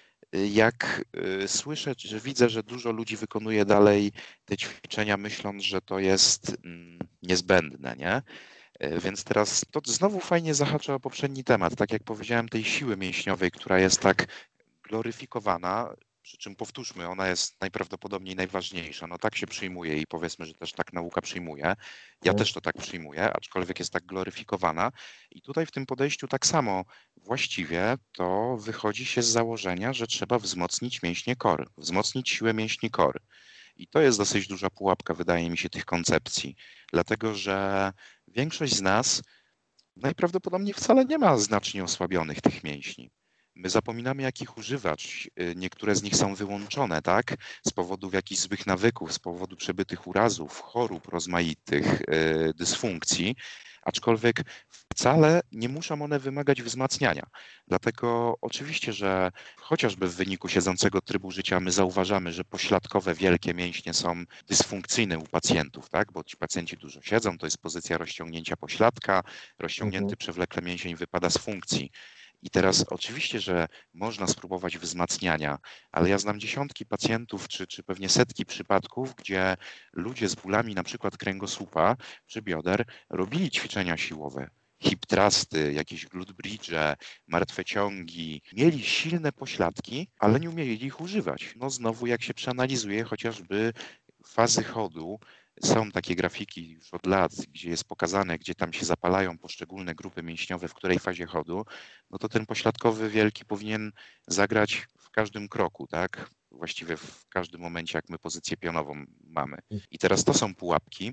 jak y, słyszę, że widzę, że dużo ludzi wykonuje dalej te ćwiczenia, myśląc, że to jest mm, niezbędne, nie? Y, Więc teraz to znowu fajnie zahacza o poprzedni temat, tak jak powiedziałem, tej siły mięśniowej, która jest tak gloryfikowana, przy czym powtórzmy, ona jest najprawdopodobniej najważniejsza. No tak się przyjmuje i powiedzmy, że też tak nauka przyjmuje. Ja Tak? też to tak przyjmuję, aczkolwiek jest tak gloryfikowana. I tutaj w tym podejściu tak samo właściwie to wychodzi się z założenia, że trzeba wzmocnić mięśnie core, wzmocnić siłę mięśni core. I to jest dosyć duża pułapka, wydaje mi się, tych koncepcji, dlatego że większość z nas najprawdopodobniej wcale nie ma znacznie osłabionych tych mięśni. My zapominamy, jak ich używać. Y, Niektóre z nich są wyłączone, tak? Z powodu jakichś złych nawyków, z powodu przebytych urazów, chorób rozmaitych, y, dysfunkcji, aczkolwiek wcale nie muszą one wymagać wzmacniania. Dlatego oczywiście, że chociażby w wyniku siedzącego trybu życia my zauważamy, że pośladkowe wielkie mięśnie są dysfunkcyjne u pacjentów, tak? Bo ci pacjenci dużo siedzą, to jest pozycja rozciągnięcia pośladka, Mhm. rozciągnięty przewlekle mięsień wypada z funkcji. I teraz oczywiście, że można spróbować wzmacniania, ale ja znam dziesiątki pacjentów, czy, czy pewnie setki przypadków, gdzie ludzie z bólami na przykład kręgosłupa czy bioder robili ćwiczenia siłowe. Hip thrusty, jakieś glute bridge, martwe ciągi. Mieli silne pośladki, ale nie umieli ich używać. No znowu, jak się przeanalizuje chociażby fazy chodu, są takie grafiki już od lat, gdzie jest pokazane, gdzie tam się zapalają poszczególne grupy mięśniowe, w której fazie chodu, no to ten pośladkowy wielki powinien zagrać w każdym kroku, tak? Właściwie w każdym momencie, jak my pozycję pionową mamy. I teraz to są pułapki,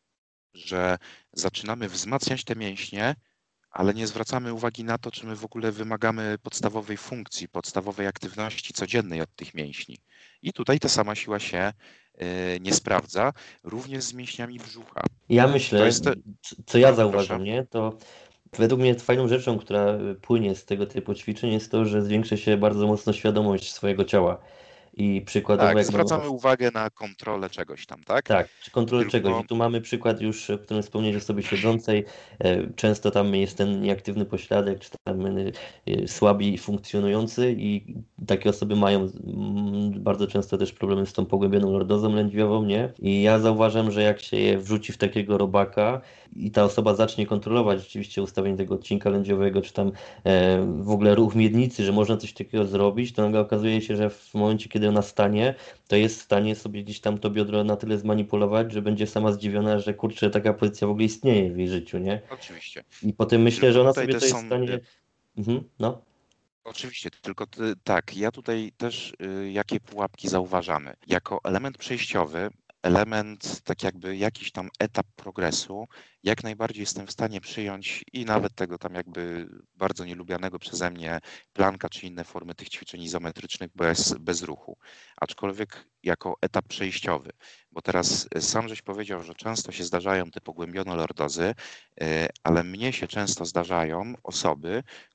że zaczynamy wzmacniać te mięśnie, ale nie zwracamy uwagi na to, czy my w ogóle wymagamy podstawowej funkcji, podstawowej aktywności codziennej od tych mięśni. I tutaj ta sama siła się y, nie sprawdza, również z mięśniami brzucha. Ja To myślę, jest te... c- co ja No, proszę. zauważam, nie? To według mnie fajną rzeczą, która płynie z tego typu ćwiczeń jest to, że zwiększa się bardzo mocno świadomość swojego ciała. I przykładowo, Tak, jak mamy zwracamy uwagę na kontrolę czegoś tam, tak? tak, czy kontrolę czegoś. Tylko I tu mamy przykład już, o którym wspomnieć osoby siedzącej. E, Często tam jest ten nieaktywny pośladek, czy tam e, e, słabi funkcjonujący i takie osoby mają mm, bardzo często też problemy z tą pogłębioną lordozą lędźwiową, nie? I ja zauważam, że jak się je wrzuci w takiego robaka i ta osoba zacznie kontrolować rzeczywiście ustawienie tego odcinka lędźwiowego, czy tam e, w ogóle ruch miednicy, że można coś takiego zrobić, to nagle okazuje się, że w momencie, kiedy ona stanie, to jest w stanie sobie gdzieś tam to biodro na tyle zmanipulować, że będzie sama zdziwiona, że kurczę, taka pozycja w ogóle istnieje w jej życiu, nie? oczywiście. I potem myślę, Tylko że ona tutaj sobie też to jest w są stanie. y, Mhm, no. oczywiście, tylko ty, tak, ja tutaj też y, jakie pułapki zauważamy. Jako element przejściowy, element tak jakby jakiś tam etap progresu, jak najbardziej jestem w stanie przyjąć i nawet tego tam jakby bardzo nielubianego przeze mnie planka czy inne formy tych ćwiczeń izometrycznych bez, bez ruchu. Aczkolwiek jako etap przejściowy, bo teraz y, sam żeś powiedział, że często się zdarzają te pogłębione lordozy, y, ale mnie się często zdarzają osoby,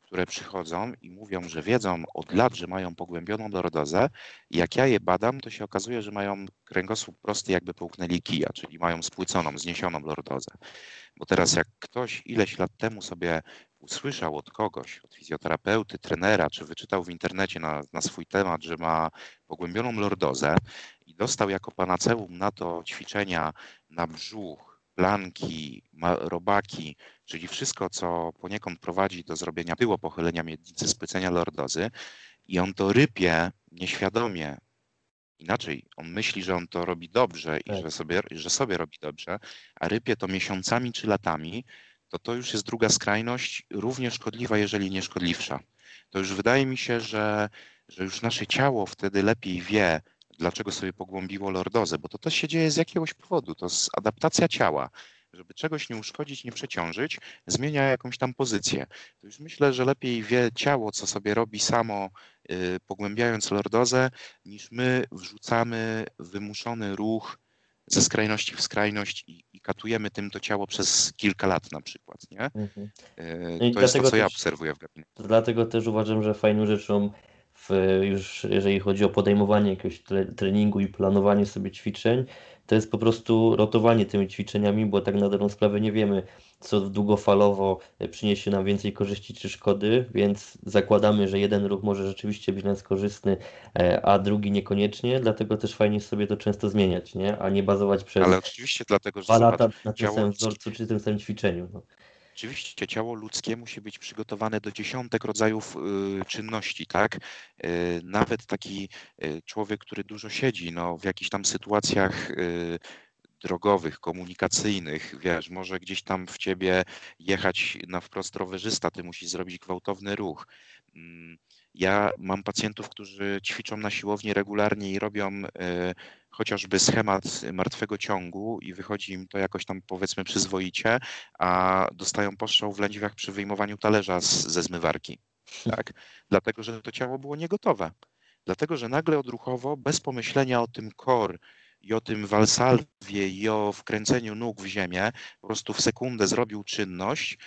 które przychodzą i mówią, że wiedzą od lat, że mają pogłębioną lordozę i jak ja je badam, to się okazuje, że mają kręgosłup prosty, jakby połknęli kija, czyli mają spłyconą, zniesioną lordozę. Bo teraz jak ktoś ileś lat temu sobie usłyszał od kogoś, od fizjoterapeuty, trenera, czy wyczytał w internecie na, na swój temat, że ma pogłębioną lordozę i dostał jako panaceum na to ćwiczenia na brzuch, planki, robaki, czyli wszystko, co poniekąd prowadzi do zrobienia tyło pochylenia miednicy, spłycenia lordozy i on to rypie nieświadomie. Inaczej, on myśli, że on to robi dobrze i Tak. że sobie, że sobie robi dobrze, a rypie to miesiącami czy latami, to to już jest druga skrajność, równie szkodliwa, jeżeli nie szkodliwsza. To już wydaje mi się, że, że już nasze ciało wtedy lepiej wie, dlaczego sobie pogłębiło lordozę, bo to też się dzieje z jakiegoś powodu, to jest adaptacja ciała. Żeby czegoś nie uszkodzić, nie przeciążyć, zmienia jakąś tam pozycję. To już myślę, że lepiej wie ciało, co sobie robi samo, yy, pogłębiając lordozę, niż my wrzucamy wymuszony ruch ze skrajności w skrajność i, i katujemy tym to ciało przez kilka lat na przykład, nie? Mhm. Yy, No i to jest to, dlatego co ja też, obserwuję w gabinecie. dlatego też uważam, że fajną rzeczą w, już jeżeli chodzi o podejmowanie jakiegoś tre- treningu i planowanie sobie ćwiczeń, to jest po prostu rotowanie tymi ćwiczeniami, bo tak na dobrą sprawę nie wiemy, co długofalowo e, przyniesie nam więcej korzyści czy szkody, więc zakładamy, że jeden ruch może rzeczywiście być dla nas korzystny, e, a drugi niekoniecznie, dlatego też fajnie jest sobie to często zmieniać, nie? A nie bazować przez Ale oczywiście dlatego, że dwa zobacz, lata na tym ciało samym ludzkie, wzorcu czy tym samym ćwiczeniu. No. oczywiście ciało ludzkie musi być przygotowane do dziesiątek rodzajów y, czynności, tak? Y, nawet taki y, człowiek, który dużo siedzi, no, w jakichś tam sytuacjach y, drogowych, komunikacyjnych, wiesz, może gdzieś tam w ciebie jechać na wprost rowerzysta, ty musisz zrobić gwałtowny ruch. Mm, Ja mam pacjentów, którzy ćwiczą na siłowni regularnie i robią y, chociażby schemat martwego ciągu i wychodzi im to jakoś tam powiedzmy przyzwoicie, a dostają postrzał w lędźwiach przy wyjmowaniu talerza z, ze zmywarki, tak? Dlatego, że to ciało było niegotowe. Dlatego, że nagle odruchowo, bez pomyślenia o tym core i o tym walsalwie i o wkręceniu nóg w ziemię, po prostu w sekundę zrobił czynność,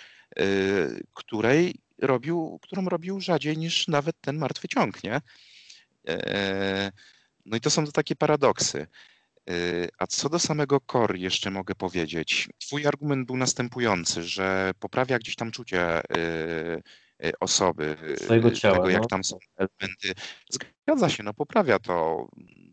yy, której robił, którą robił rzadziej niż nawet ten martwy ciąg, nie? Yy, no i to są to takie paradoksy. Yy, A co do samego core jeszcze mogę powiedzieć. Twój argument był następujący, że poprawia gdzieś tam czucie yy, yy, osoby, Swojego yy, ciała, tego jak no. tam są elementy. Zgadza się, no poprawia to.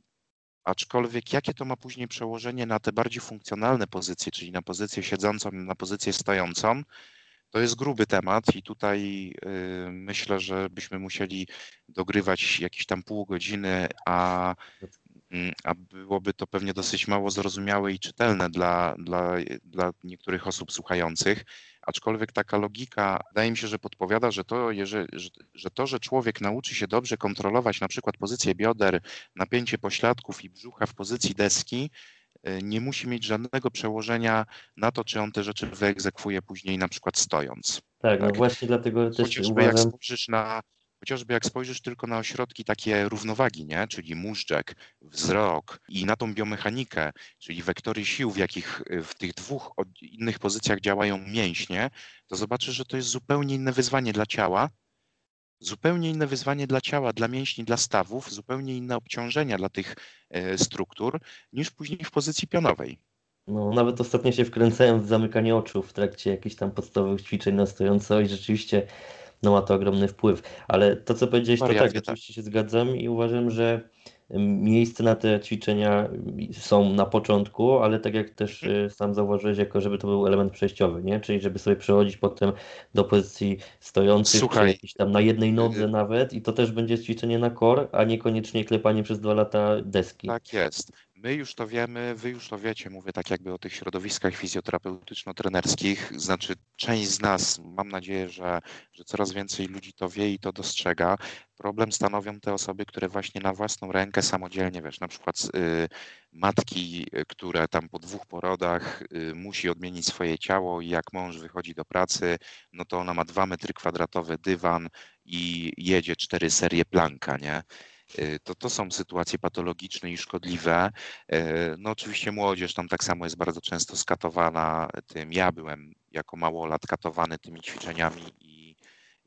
Aczkolwiek jakie to ma później przełożenie na te bardziej funkcjonalne pozycje, czyli na pozycję siedzącą, na pozycję stojącą, to jest gruby temat i tutaj y, myślę, że byśmy musieli dogrywać jakieś tam pół godziny, a, mm, a byłoby to pewnie dosyć mało zrozumiałe i czytelne dla, dla, dla niektórych osób słuchających. Aczkolwiek taka logika, wydaje mi się, że podpowiada, że to, jeżeli, że, że to, że człowiek nauczy się dobrze kontrolować na przykład pozycję bioder, napięcie pośladków i brzucha w pozycji deski, y, nie musi mieć żadnego przełożenia na to, czy on te rzeczy wyegzekwuje później na przykład stojąc. Tak, no Tak? właśnie dlatego też Chociażby jak uważam, spojrzysz na, chociażby jak spojrzysz tylko na ośrodki takie równowagi, nie? Czyli móżdżek, wzrok i na tą biomechanikę, czyli wektory sił, w jakich y, w tych dwóch od- innych pozycjach działają mięśnie, to zobaczysz, że to jest zupełnie inne wyzwanie dla ciała, zupełnie inne wyzwanie dla ciała, dla mięśni, dla stawów, zupełnie inne obciążenia dla tych e, struktur niż później w pozycji pionowej. no nawet ostatnio się wkręcałem w zamykanie oczu w trakcie jakichś tam podstawowych ćwiczeń na stojąco i rzeczywiście no ma to ogromny wpływ. Ale to, co powiedziałeś, to tak, Wariacje tak. oczywiście się zgadzam i uważam, że miejsce na te ćwiczenia są na początku, ale tak jak też Mhm. y, sam zauważyłeś, jako żeby to był element przejściowy, nie? Czyli żeby sobie przechodzić potem do pozycji stojących, czy Słuchaj, jakiś tam na jednej y, nodze nawet i to też będzie ćwiczenie na core, a niekoniecznie klepanie przez dwa lata deski. tak jest. My już to wiemy, wy już to wiecie, mówię tak jakby o tych środowiskach fizjoterapeutyczno-trenerskich. Znaczy, część z nas, mam nadzieję, że, że coraz więcej ludzi to wie i to dostrzega. Problem stanowią te osoby, które właśnie na własną rękę samodzielnie, wiesz, na przykład y, matki, y, które tam po dwóch porodach y, musi odmienić swoje ciało i jak mąż wychodzi do pracy, no to ona ma dwa metry kwadratowe dywan i jedzie cztery serie planka, nie? Y, To, to są sytuacje patologiczne i szkodliwe. Y, No oczywiście młodzież tam tak samo jest bardzo często skatowana tym. Ja byłem jako małolat katowany tymi ćwiczeniami i,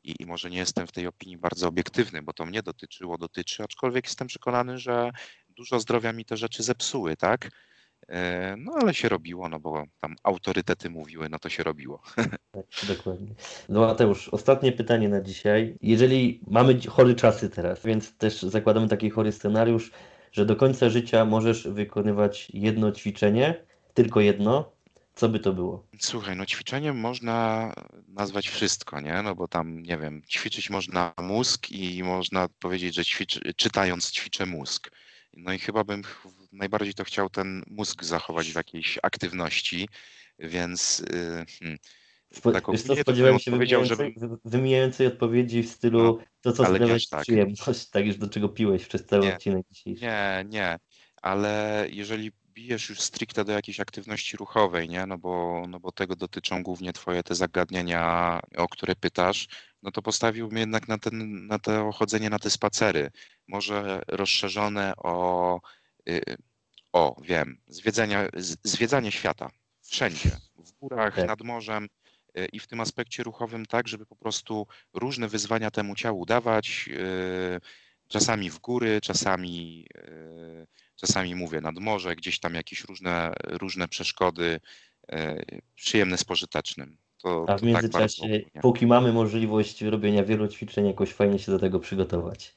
i, i może nie jestem w tej opinii bardzo obiektywny, bo to mnie dotyczyło, dotyczy, aczkolwiek jestem przekonany, że dużo zdrowia mi te rzeczy zepsuły, tak? E, No ale się robiło, no bo tam autorytety mówiły, no to się robiło. Tak, dokładnie. No Mateusz, ostatnie pytanie na dzisiaj. Jeżeli mamy dzi- chory czasy teraz, więc też zakładamy taki chory scenariusz, że do końca życia możesz wykonywać jedno ćwiczenie, tylko jedno, co by to było? Słuchaj, no ćwiczeniem można nazwać wszystko, nie? No bo tam, nie wiem, ćwiczyć można mózg i można powiedzieć, że ćwiczy, czytając ćwiczę mózg. No i chyba bym ch- najbardziej to chciał ten mózg zachować w jakiejś aktywności, więc yy, hmm, Spo, tak wiesz co, ogólnie to bym spodziewałem się odpowiedział, wymijającej, żebym, wy- wymijającej odpowiedzi w no, stylu to, co ale nie sprawia aż ci tak. przyjemność, tak już do czego piłeś przez cały Nie, odcinek dzisiejszy. nie, nie, ale jeżeli bijesz już stricte do jakiejś aktywności ruchowej, nie, no bo, no bo tego dotyczą głównie twoje te zagadnienia, o które pytasz, no to postawiłbym jednak na ten, na to chodzenie, na te spacery. Może rozszerzone o, y, o, wiem, zwiedzania, z- zwiedzanie świata. Wszędzie. W górach, Tak. nad morzem y, i w tym aspekcie ruchowym tak, żeby po prostu różne wyzwania temu ciału dawać. y, Czasami w góry, czasami, y, czasami mówię nad morze, gdzieś tam jakieś różne, różne przeszkody, y, przyjemne z pożytecznym. To, A w to tak bardzo międzyczasie, ogólnie. póki mamy możliwość robienia wielu ćwiczeń, jakoś fajnie się do tego przygotować.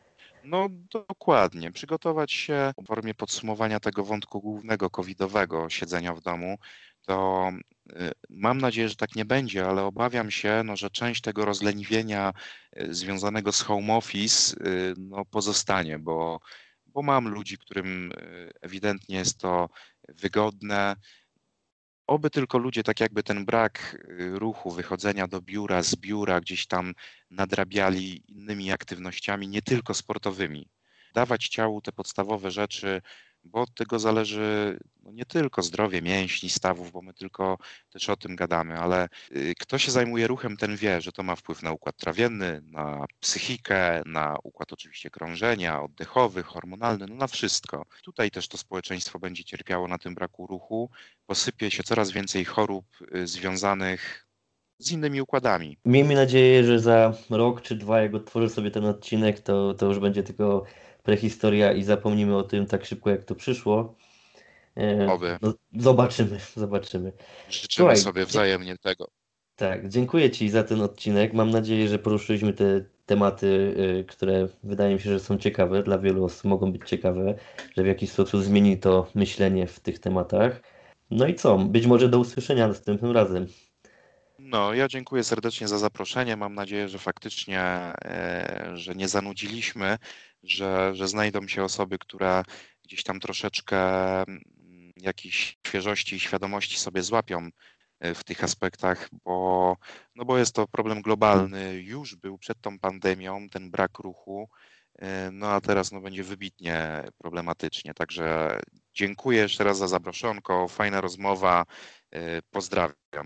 No dokładnie. Przygotować się w formie podsumowania tego wątku głównego covidowego siedzenia w domu, to y, mam nadzieję, że tak nie będzie, ale obawiam się, no, że część tego rozleniwienia y, związanego z home office y, no, pozostanie, bo, bo mam ludzi, którym y, ewidentnie jest to wygodne. Oby tylko ludzie, tak jakby ten brak y, ruchu, wychodzenia do biura, z biura, gdzieś tam nadrabiali innymi aktywnościami, nie tylko sportowymi. Dawać ciału te podstawowe rzeczy, bo od tego zależy no nie tylko zdrowie mięśni, stawów, bo my tylko też o tym gadamy, ale y, kto się zajmuje ruchem, ten wie, że to ma wpływ na układ trawienny, na psychikę, na układ oczywiście krążenia, oddechowy, hormonalny, no na wszystko. Tutaj też to społeczeństwo będzie cierpiało na tym braku ruchu, posypie się coraz więcej chorób y, związanych z innymi układami. Miejmy nadzieję, że za rok czy dwa, jak odtworzę sobie ten odcinek, to, to już będzie tylko prehistoria i zapomnimy o tym tak szybko, jak to przyszło. E, Oby. No, zobaczymy, zobaczymy. Życzymy Słuchaj, sobie dzie- wzajemnie tego. tak, dziękuję Ci za ten odcinek. Mam nadzieję, że poruszyliśmy te tematy, y, które wydaje mi się, że są ciekawe. Dla wielu osób mogą być ciekawe, że w jakiś sposób zmieni to myślenie w tych tematach. No i co? Być może do usłyszenia następnym razem. No, ja dziękuję serdecznie za zaproszenie. Mam nadzieję, że faktycznie, e, że nie zanudziliśmy, że, że znajdą się osoby, które gdzieś tam troszeczkę mm, jakiejś świeżości i świadomości sobie złapią e, w tych aspektach, bo, no bo jest to problem globalny. Już był przed tą pandemią ten brak ruchu, e, no a teraz no, będzie wybitnie problematycznie. Także dziękuję jeszcze raz za zaproszonko. Fajna rozmowa. e, Pozdrawiam.